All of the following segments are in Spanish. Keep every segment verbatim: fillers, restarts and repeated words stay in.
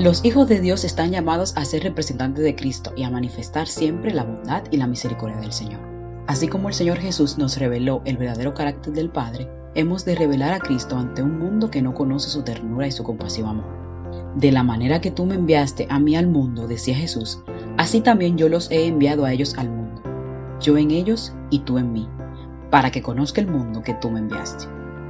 Los hijos de Dios están llamados a ser representantes de Cristo y a manifestar siempre la bondad y la misericordia del Señor. Así como el Señor Jesús nos reveló el verdadero carácter del Padre, hemos de revelar a Cristo ante un mundo que no conoce su ternura y su compasivo amor. De la manera que tú me enviaste a mí al mundo, decía Jesús, así también yo los he enviado a ellos al mundo. Yo en ellos y tú en mí, para que conozca el mundo que tú me enviaste.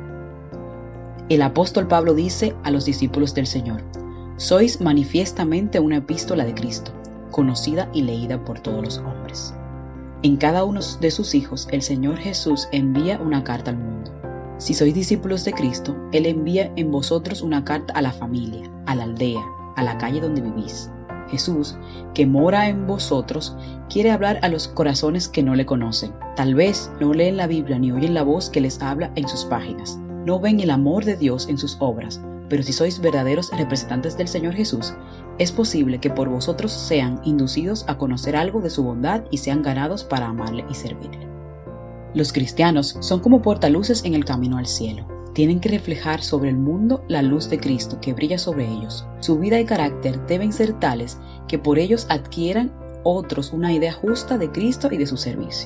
El apóstol Pablo dice a los discípulos del Señor, sois manifiestamente una epístola de Cristo, conocida y leída por todos los hombres. En cada uno de sus hijos, el Señor Jesús envía una carta al mundo. Si sois discípulos de Cristo, Él envía en vosotros una carta a la familia, a la aldea, a la calle donde vivís. Jesús, que mora en vosotros, quiere hablar a los corazones que no le conocen. Tal vez no leen la Biblia ni oyen la voz que les habla en sus páginas. No ven el amor de Dios en sus obras, pero si sois verdaderos representantes del Señor Jesús, es posible que por vosotros sean inducidos a conocer algo de su bondad y sean ganados para amarle y servirle. Los cristianos son como portaluces en el camino al cielo. Tienen que reflejar sobre el mundo la luz de Cristo que brilla sobre ellos. Su vida y carácter deben ser tales que por ellos adquieran otros una idea justa de Cristo y de su servicio.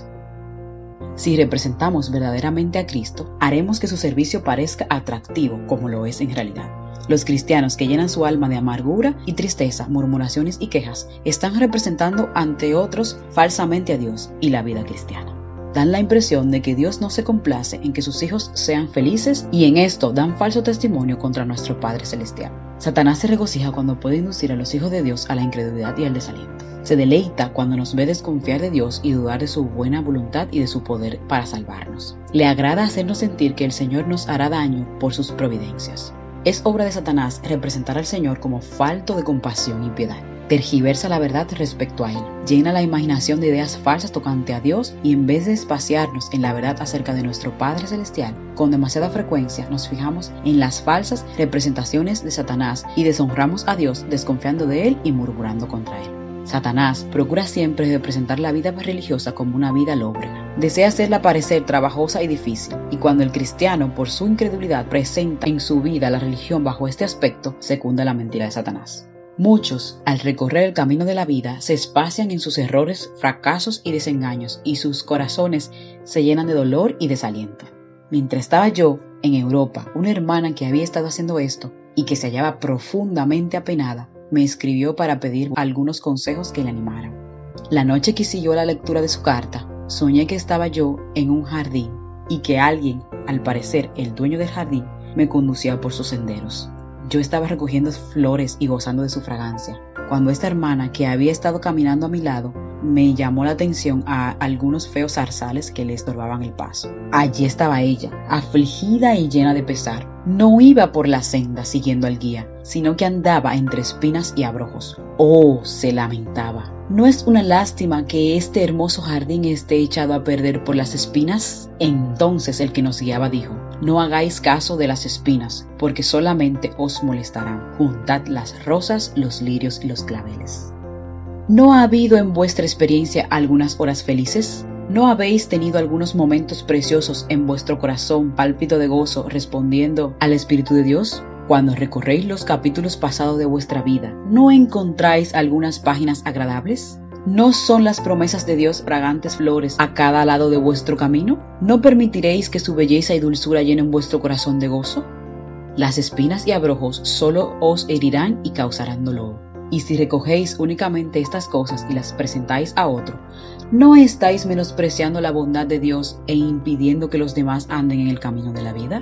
Si representamos verdaderamente a Cristo, haremos que su servicio parezca atractivo como lo es en realidad. Los cristianos que llenan su alma de amargura y tristeza, murmuraciones y quejas, están representando ante otros falsamente a Dios y la vida cristiana. Dan la impresión de que Dios no se complace en que sus hijos sean felices y en esto dan falso testimonio contra nuestro Padre Celestial. Satanás se regocija cuando puede inducir a los hijos de Dios a la incredulidad y al desaliento. Se deleita cuando nos ve desconfiar de Dios y dudar de su buena voluntad y de su poder para salvarnos. Le agrada hacernos sentir que el Señor nos hará daño por sus providencias. Es obra de Satanás representar al Señor como falto de compasión y piedad. Tergiversa la verdad respecto a Él, llena la imaginación de ideas falsas tocante a Dios y en vez de espaciarnos en la verdad acerca de nuestro Padre Celestial, con demasiada frecuencia nos fijamos en las falsas representaciones de Satanás y deshonramos a Dios desconfiando de Él y murmurando contra Él. Satanás procura siempre representar la vida religiosa como una vida lóbrega. Desea hacerla parecer trabajosa y difícil, y cuando el cristiano, por su incredulidad, presenta en su vida la religión bajo este aspecto, secunda la mentira de Satanás. Muchos, al recorrer el camino de la vida, se espacian en sus errores, fracasos y desengaños, y sus corazones se llenan de dolor y desaliento. Mientras estaba yo, en Europa, una hermana que había estado haciendo esto, y que se hallaba profundamente apenada, me escribió para pedir algunos consejos que le animaran. La noche que siguió la lectura de su carta, soñé que estaba yo en un jardín, y que alguien, al parecer el dueño del jardín, me conducía por sus senderos. Yo estaba recogiendo flores y gozando de su fragancia, cuando esta hermana que había estado caminando a mi lado me llamó la atención a algunos feos zarzales que le estorbaban el paso. Allí estaba ella, afligida y llena de pesar. No iba por la senda siguiendo al guía, sino que andaba entre espinas y abrojos. ¡Oh!, se lamentaba. ¿No es una lástima que este hermoso jardín esté echado a perder por las espinas? Entonces el que nos guiaba dijo: no hagáis caso de las espinas, porque solamente os molestarán. Juntad las rosas, los lirios y los claveles. ¿No ha habido en vuestra experiencia algunas horas felices? ¿No habéis tenido algunos momentos preciosos en vuestro corazón pálpito de gozo respondiendo al Espíritu de Dios? Cuando recorréis los capítulos pasados de vuestra vida, ¿no encontráis algunas páginas agradables? ¿No son las promesas de Dios fragantes flores a cada lado de vuestro camino? ¿No permitiréis que su belleza y dulzura llenen vuestro corazón de gozo? Las espinas y abrojos solo os herirán y causarán dolor. Y si recogéis únicamente estas cosas y las presentáis a otro, ¿no estáis menospreciando la bondad de Dios e impidiendo que los demás anden en el camino de la vida?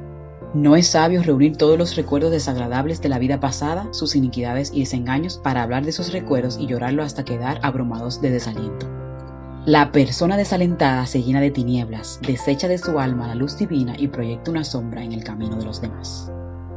¿No es sabio reunir todos los recuerdos desagradables de la vida pasada, sus iniquidades y desengaños, para hablar de esos recuerdos y llorarlo hasta quedar abrumados de desaliento? La persona desalentada se llena de tinieblas, desecha de su alma la luz divina y proyecta una sombra en el camino de los demás.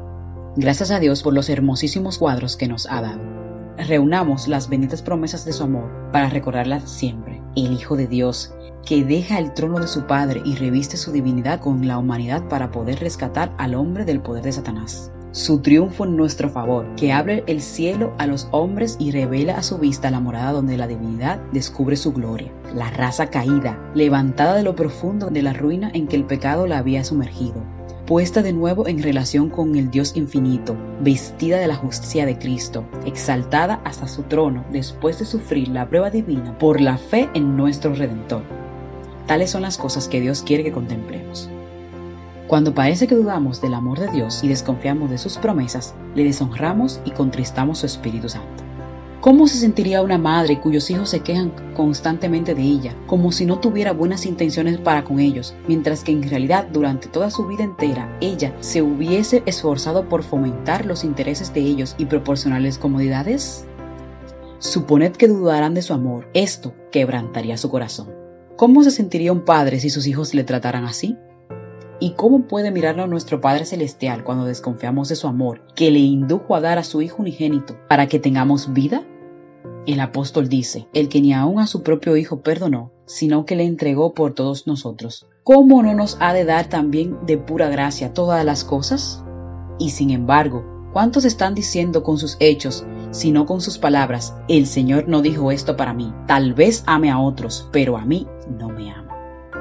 Gracias a Dios por los hermosísimos cuadros que nos ha dado. Reunamos las benditas promesas de su amor para recordarlas siempre. El Hijo de Dios, que deja el trono de su Padre y reviste su divinidad con la humanidad para poder rescatar al hombre del poder de Satanás. Su triunfo en nuestro favor, que abre el cielo a los hombres y revela a su vista la morada donde la divinidad descubre su gloria. La raza caída, levantada de lo profundo de la ruina en que el pecado la había sumergido, puesta de nuevo en relación con el Dios infinito, vestida de la justicia de Cristo, exaltada hasta su trono después de sufrir la prueba divina por la fe en nuestro Redentor. Tales son las cosas que Dios quiere que contemplemos. Cuando parece que dudamos del amor de Dios y desconfiamos de sus promesas, le deshonramos y contristamos su Espíritu Santo. ¿Cómo se sentiría una madre cuyos hijos se quejan constantemente de ella, como si no tuviera buenas intenciones para con ellos, mientras que en realidad durante toda su vida entera ella se hubiese esforzado por fomentar los intereses de ellos y proporcionarles comodidades? Suponed que dudarán de su amor, esto quebrantaría su corazón. ¿Cómo se sentiría un padre si sus hijos le trataran así? ¿Y cómo puede mirarnos nuestro Padre Celestial cuando desconfiamos de su amor, que le indujo a dar a su Hijo unigénito para que tengamos vida? El apóstol dice, el que ni aun a su propio Hijo perdonó, sino que le entregó por todos nosotros, ¿cómo no nos ha de dar también de pura gracia todas las cosas? Y sin embargo, ¿cuántos están diciendo con sus hechos, sino con sus palabras, el Señor no dijo esto para mí, tal vez ame a otros, pero a mí no me ama?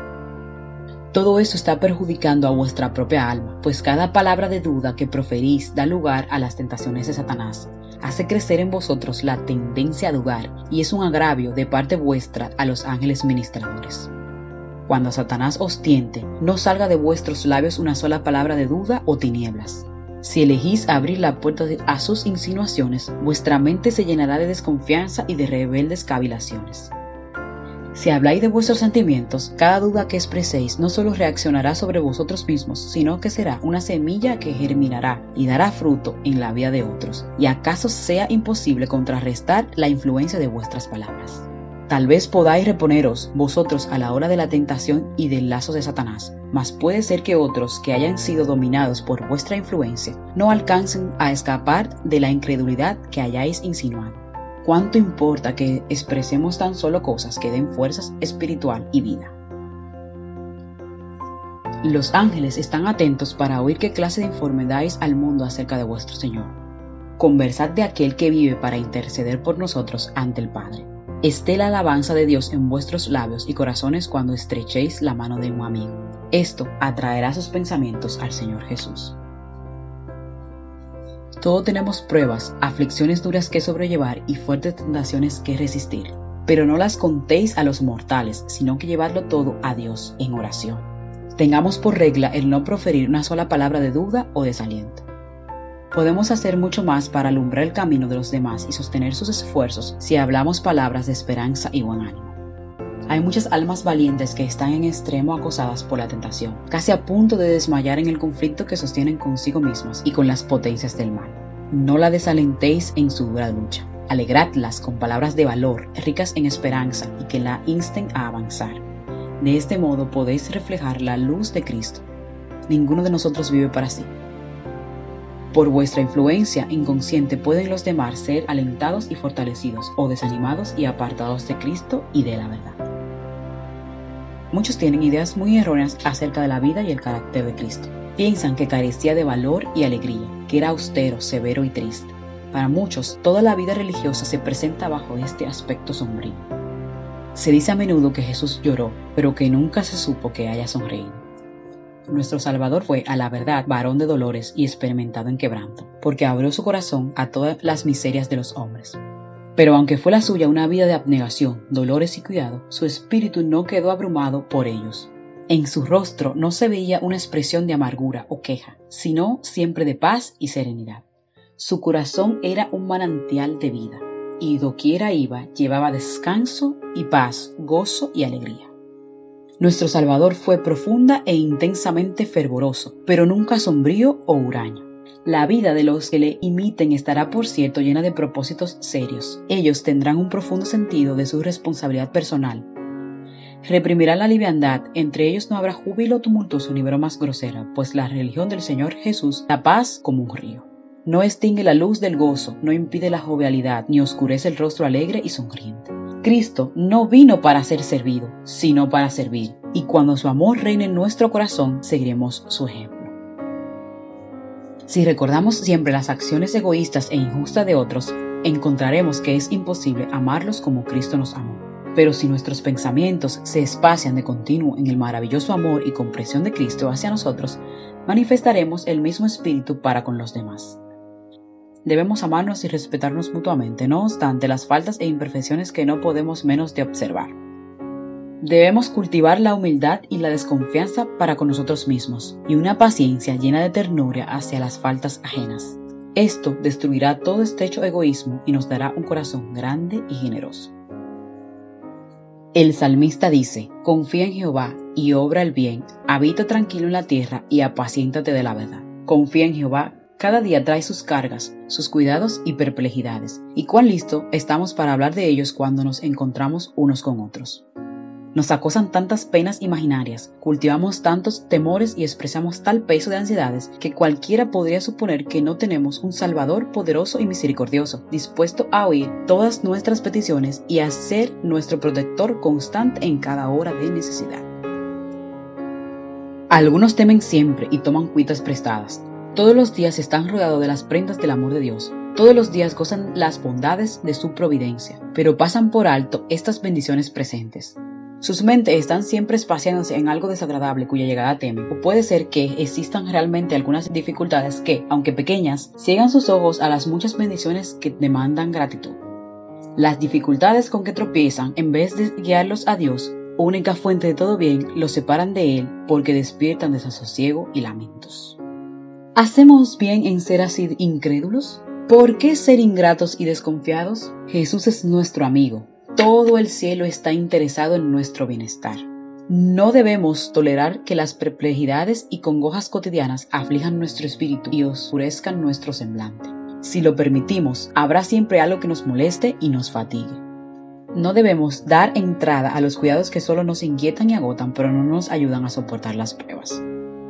Todo esto está perjudicando a vuestra propia alma, pues cada palabra de duda que proferís da lugar a las tentaciones de Satanás. Hace crecer en vosotros la tendencia a dudar y es un agravio de parte vuestra a los ángeles ministradores. Cuando Satanás os tiente, no salga de vuestros labios una sola palabra de duda o tinieblas. Si elegís abrir la puerta a sus insinuaciones, vuestra mente se llenará de desconfianza y de rebeldes cavilaciones. Si habláis de vuestros sentimientos, cada duda que expreséis no solo reaccionará sobre vosotros mismos, sino que será una semilla que germinará y dará fruto en la vida de otros, y acaso sea imposible contrarrestar la influencia de vuestras palabras. Tal vez podáis reponeros vosotros a la hora de la tentación y del lazo de Satanás, mas puede ser que otros que hayan sido dominados por vuestra influencia no alcancen a escapar de la incredulidad que hayáis insinuado. ¿Cuánto importa que expresemos tan solo cosas que den fuerzas espiritual y vida? Los ángeles están atentos para oír qué clase de informe dais al mundo acerca de vuestro Señor. Conversad de aquel que vive para interceder por nosotros ante el Padre. Esté la alabanza de Dios en vuestros labios y corazones cuando estrechéis la mano de un amigo. Esto atraerá sus pensamientos al Señor Jesús. Todos tenemos pruebas, aflicciones duras que sobrellevar y fuertes tentaciones que resistir. Pero no las contéis a los mortales, sino que llevadlo todo a Dios en oración. Tengamos por regla el no proferir una sola palabra de duda o desaliento. Podemos hacer mucho más para alumbrar el camino de los demás y sostener sus esfuerzos si hablamos palabras de esperanza y buen ánimo. Hay muchas almas valientes que están en extremo acosadas por la tentación, casi a punto de desmayar en el conflicto que sostienen consigo mismas y con las potencias del mal. No la desalentéis en su dura lucha. Alegradlas con palabras de valor, ricas en esperanza y que la insten a avanzar. De este modo podéis reflejar la luz de Cristo. Ninguno de nosotros vive para sí. Por vuestra influencia inconsciente pueden los demás ser alentados y fortalecidos, o desanimados y apartados de Cristo y de la verdad. Muchos tienen ideas muy erróneas acerca de la vida y el carácter de Cristo. Piensan que carecía de valor y alegría, que era austero, severo y triste. Para muchos, toda la vida religiosa se presenta bajo este aspecto sombrío. Se dice a menudo que Jesús lloró, pero que nunca se supo que haya sonreído. Nuestro Salvador fue, a la verdad, varón de dolores y experimentado en quebranto, porque abrió su corazón a todas las miserias de los hombres. Pero aunque fue la suya una vida de abnegación, dolores y cuidado, su espíritu no quedó abrumado por ellos. En su rostro no se veía una expresión de amargura o queja, sino siempre de paz y serenidad. Su corazón era un manantial de vida, y doquiera iba llevaba descanso y paz, gozo y alegría. Nuestro Salvador fue profunda e intensamente fervoroso, pero nunca sombrío o huraño. La vida de los que le imiten estará, por cierto, llena de propósitos serios. Ellos tendrán un profundo sentido de su responsabilidad personal. Reprimirán la liviandad, entre ellos no habrá júbilo tumultuoso ni bromas groseras, pues la religión del Señor Jesús da paz como un río. No extingue la luz del gozo, no impide la jovialidad, ni oscurece el rostro alegre y sonriente. Cristo no vino para ser servido, sino para servir, y cuando su amor reine en nuestro corazón, seguiremos su ejemplo. Si recordamos siempre las acciones egoístas e injustas de otros, encontraremos que es imposible amarlos como Cristo nos amó. Pero si nuestros pensamientos se espacian de continuo en el maravilloso amor y comprensión de Cristo hacia nosotros, manifestaremos el mismo espíritu para con los demás. Debemos amarnos y respetarnos mutuamente, no obstante las faltas e imperfecciones que no podemos menos de observar. Debemos cultivar la humildad y la desconfianza para con nosotros mismos, y una paciencia llena de ternura hacia las faltas ajenas. Esto destruirá todo estrecho egoísmo y nos dará un corazón grande y generoso. El salmista dice: confía en Jehová y obra el bien, habita tranquilo en la tierra y apaciéntate de la verdad. Confía en Jehová, cada día trae sus cargas, sus cuidados y perplejidades, y cuán listo estamos para hablar de ellos cuando nos encontramos unos con otros. Nos acosan tantas penas imaginarias, cultivamos tantos temores y expresamos tal peso de ansiedades que cualquiera podría suponer que no tenemos un Salvador poderoso y misericordioso, dispuesto a oír todas nuestras peticiones y a ser nuestro protector constante en cada hora de necesidad. Algunos temen siempre y toman cuitas prestadas. Todos los días están rodeados de las prendas del amor de Dios. Todos los días gozan las bondades de su providencia, pero pasan por alto estas bendiciones presentes. Sus mentes están siempre espaciándose en algo desagradable cuya llegada temen, o puede ser que existan realmente algunas dificultades que, aunque pequeñas, ciegan sus ojos a las muchas bendiciones que demandan gratitud. Las dificultades con que tropiezan, en vez de guiarlos a Dios, única fuente de todo bien, los separan de Él porque despiertan desasosiego y lamentos. ¿Hacemos bien en ser así incrédulos? ¿Por qué ser ingratos y desconfiados? Jesús es nuestro amigo. Todo el cielo está interesado en nuestro bienestar. No debemos tolerar que las perplejidades y congojas cotidianas aflijan nuestro espíritu y oscurezcan nuestro semblante. Si lo permitimos, habrá siempre algo que nos moleste y nos fatigue. No debemos dar entrada a los cuidados que solo nos inquietan y agotan, pero no nos ayudan a soportar las pruebas.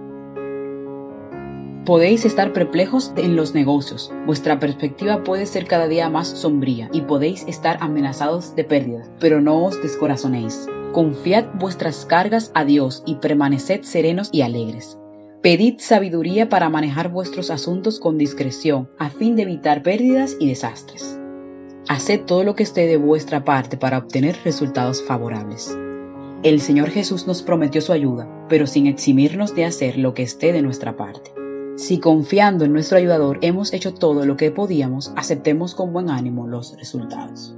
Podéis estar perplejos en los negocios, vuestra perspectiva puede ser cada día más sombría y podéis estar amenazados de pérdida, pero no os descorazonéis. Confiad vuestras cargas a Dios y permaneced serenos y alegres. Pedid sabiduría para manejar vuestros asuntos con discreción, a fin de evitar pérdidas y desastres. Haced todo lo que esté de vuestra parte para obtener resultados favorables. El Señor Jesús nos prometió su ayuda, pero sin eximirnos de hacer lo que esté de nuestra parte. Si confiando en nuestro ayudador hemos hecho todo lo que podíamos, aceptemos con buen ánimo los resultados.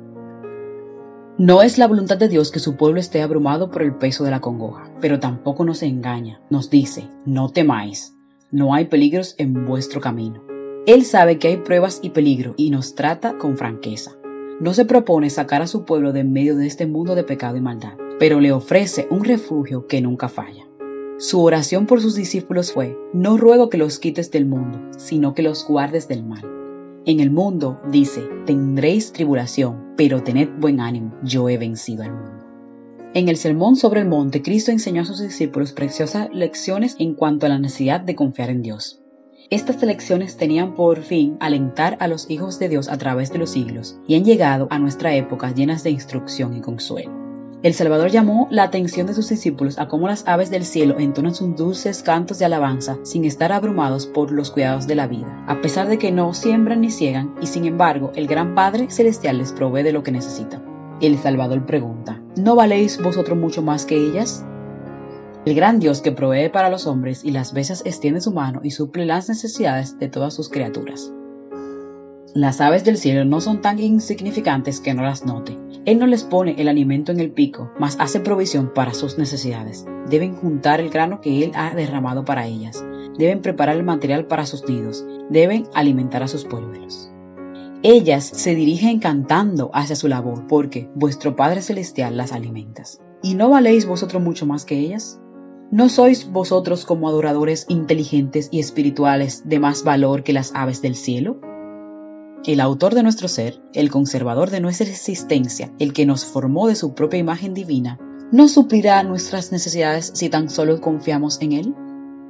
No es la voluntad de Dios que su pueblo esté abrumado por el peso de la congoja, pero tampoco nos engaña. Nos dice: no temáis, no hay peligros en vuestro camino. Él sabe que hay pruebas y peligro y nos trata con franqueza. No se propone sacar a su pueblo de en medio de este mundo de pecado y maldad, pero le ofrece un refugio que nunca falla. Su oración por sus discípulos fue: no ruego que los quites del mundo, sino que los guardes del mal. En el mundo, dice, tendréis tribulación, pero tened buen ánimo, yo he vencido al mundo. En el Sermón sobre el Monte, Cristo enseñó a sus discípulos preciosas lecciones en cuanto a la necesidad de confiar en Dios. Estas lecciones tenían por fin alentar a los hijos de Dios a través de los siglos y han llegado a nuestra época llenas de instrucción y consuelo. El Salvador llamó la atención de sus discípulos a cómo las aves del cielo entonan sus dulces cantos de alabanza sin estar abrumados por los cuidados de la vida, a pesar de que no siembran ni ciegan, y sin embargo el gran Padre Celestial les provee de lo que necesitan. El Salvador pregunta: ¿no valéis vosotros mucho más que ellas? El gran Dios que provee para los hombres y las bestias extiende su mano y suple las necesidades de todas sus criaturas. Las aves del cielo no son tan insignificantes que no las note. Él no les pone el alimento en el pico, mas hace provisión para sus necesidades. Deben juntar el grano que Él ha derramado para ellas. Deben preparar el material para sus nidos. Deben alimentar a sus polluelos. Ellas se dirigen cantando hacia su labor, porque vuestro Padre Celestial las alimenta. ¿Y no valéis vosotros mucho más que ellas? ¿No sois vosotros como adoradores inteligentes y espirituales de más valor que las aves del cielo? El autor de nuestro ser, el conservador de nuestra existencia, el que nos formó de su propia imagen divina, ¿no suplirá nuestras necesidades si tan solo confiamos en Él?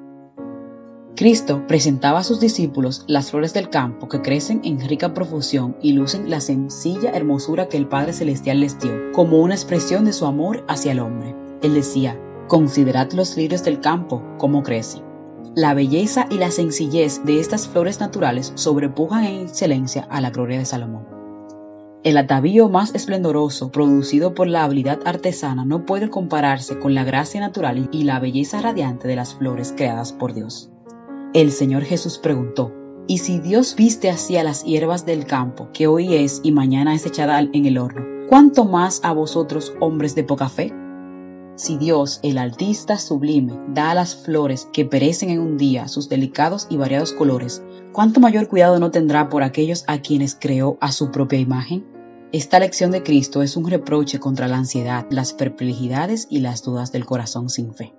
Cristo presentaba a sus discípulos las flores del campo que crecen en rica profusión y lucen la sencilla hermosura que el Padre Celestial les dio, como una expresión de su amor hacia el hombre. Él decía: considerad los lirios del campo, cómo crecen. La belleza y la sencillez de estas flores naturales sobrepujan en excelencia a la gloria de Salomón. El atavío más esplendoroso producido por la habilidad artesana no puede compararse con la gracia natural y la belleza radiante de las flores creadas por Dios. El Señor Jesús preguntó: ¿y si Dios viste así a las hierbas del campo, que hoy es y mañana es echada en el horno, cuánto más a vosotros, hombres de poca fe? Si Dios, el Altista sublime, da a las flores que perecen en un día sus delicados y variados colores, ¿cuánto mayor cuidado no tendrá por aquellos a quienes creó a su propia imagen? Esta lección de Cristo es un reproche contra la ansiedad, las perplejidades y las dudas del corazón sin fe.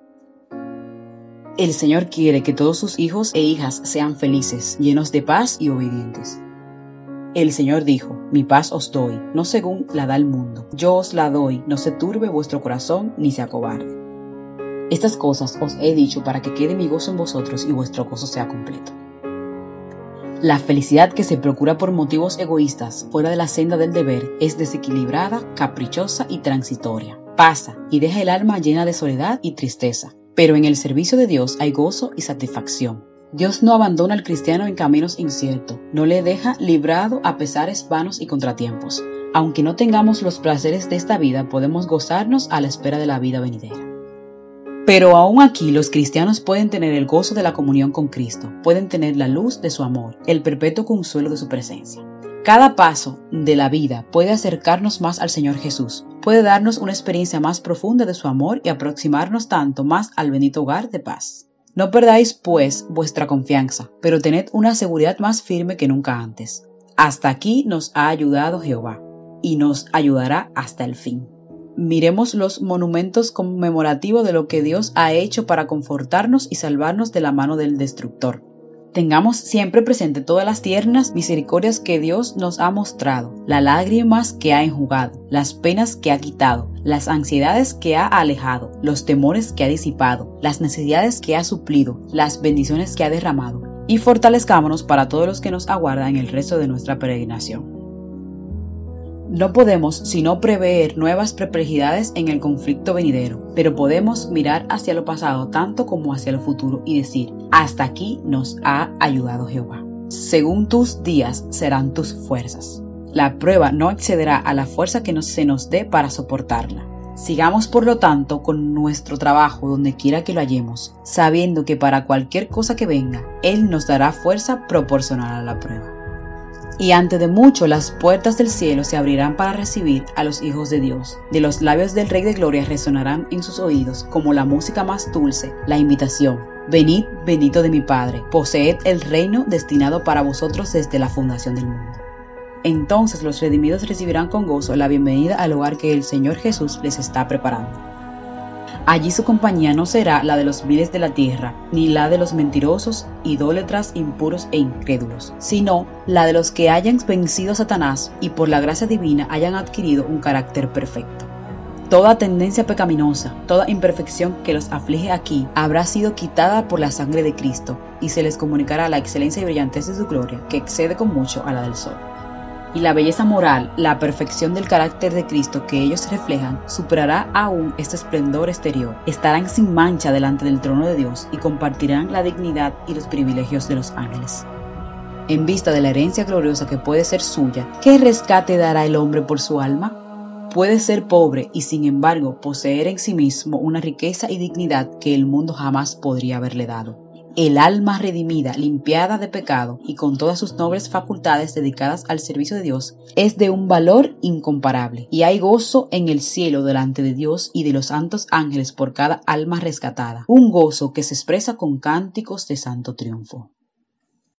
El Señor quiere que todos sus hijos e hijas sean felices, llenos de paz y obedientes. El Señor dijo: mi paz os doy, no según la da el mundo. Yo os la doy, no se turbe vuestro corazón ni se acobarde. Estas cosas os he dicho para que quede mi gozo en vosotros y vuestro gozo sea completo. La felicidad que se procura por motivos egoístas, fuera de la senda del deber, es desequilibrada, caprichosa y transitoria. Pasa y deja el alma llena de soledad y tristeza. Pero en el servicio de Dios hay gozo y satisfacción. Dios no abandona al cristiano en caminos inciertos, no le deja librado a pesares vanos y contratiempos. Aunque no tengamos los placeres de esta vida, podemos gozarnos a la espera de la vida venidera. Pero aún aquí los cristianos pueden tener el gozo de la comunión con Cristo, pueden tener la luz de su amor, el perpetuo consuelo de su presencia. Cada paso de la vida puede acercarnos más al Señor Jesús, puede darnos una experiencia más profunda de su amor y aproximarnos tanto más al bendito hogar de paz. No perdáis, pues, vuestra confianza, pero tened una seguridad más firme que nunca antes. Hasta aquí nos ha ayudado Jehová, y nos ayudará hasta el fin. Miremos los monumentos conmemorativos de lo que Dios ha hecho para confortarnos y salvarnos de la mano del destructor. Tengamos siempre presente todas las tiernas misericordias que Dios nos ha mostrado, las lágrimas que ha enjugado, las penas que ha quitado, las ansiedades que ha alejado, los temores que ha disipado, las necesidades que ha suplido, las bendiciones que ha derramado, y fortalezcámonos para todos los que nos aguardan en el resto de nuestra peregrinación. No podemos sino prever nuevas perplejidades en el conflicto venidero, pero podemos mirar hacia lo pasado tanto como hacia el futuro y decir: hasta aquí nos ha ayudado Jehová. Según tus días serán tus fuerzas. La prueba no excederá a la fuerza que nos, se nos dé para soportarla. Sigamos por lo tanto con nuestro trabajo donde quiera que lo hallemos, sabiendo que para cualquier cosa que venga, Él nos dará fuerza proporcional a la prueba. Y antes de mucho las puertas del cielo se abrirán para recibir a los hijos de Dios. De los labios del Rey de Gloria resonarán en sus oídos como la música más dulce, la invitación: venid, bendito de mi Padre, poseed el reino destinado para vosotros desde la fundación del mundo. Entonces los redimidos recibirán con gozo la bienvenida al hogar que el Señor Jesús les está preparando. Allí su compañía no será la de los viles de la tierra, ni la de los mentirosos, idólatras, impuros e incrédulos, sino la de los que hayan vencido a Satanás y por la gracia divina hayan adquirido un carácter perfecto. Toda tendencia pecaminosa, toda imperfección que los aflige aquí, habrá sido quitada por la sangre de Cristo, y se les comunicará la excelencia y brillantez de su gloria, que excede con mucho a la del sol. Y la belleza moral, la perfección del carácter de Cristo que ellos reflejan, superará aún este esplendor exterior. Estarán sin mancha delante del trono de Dios y compartirán la dignidad y los privilegios de los ángeles. En vista de la herencia gloriosa que puede ser suya, ¿qué rescate dará el hombre por su alma? Puede ser pobre y sin embargo poseer en sí mismo una riqueza y dignidad que el mundo jamás podría haberle dado. El alma redimida, limpiada de pecado y con todas sus nobles facultades dedicadas al servicio de Dios, es de un valor incomparable, y hay gozo en el cielo delante de Dios y de los santos ángeles por cada alma rescatada, un gozo que se expresa con cánticos de santo triunfo.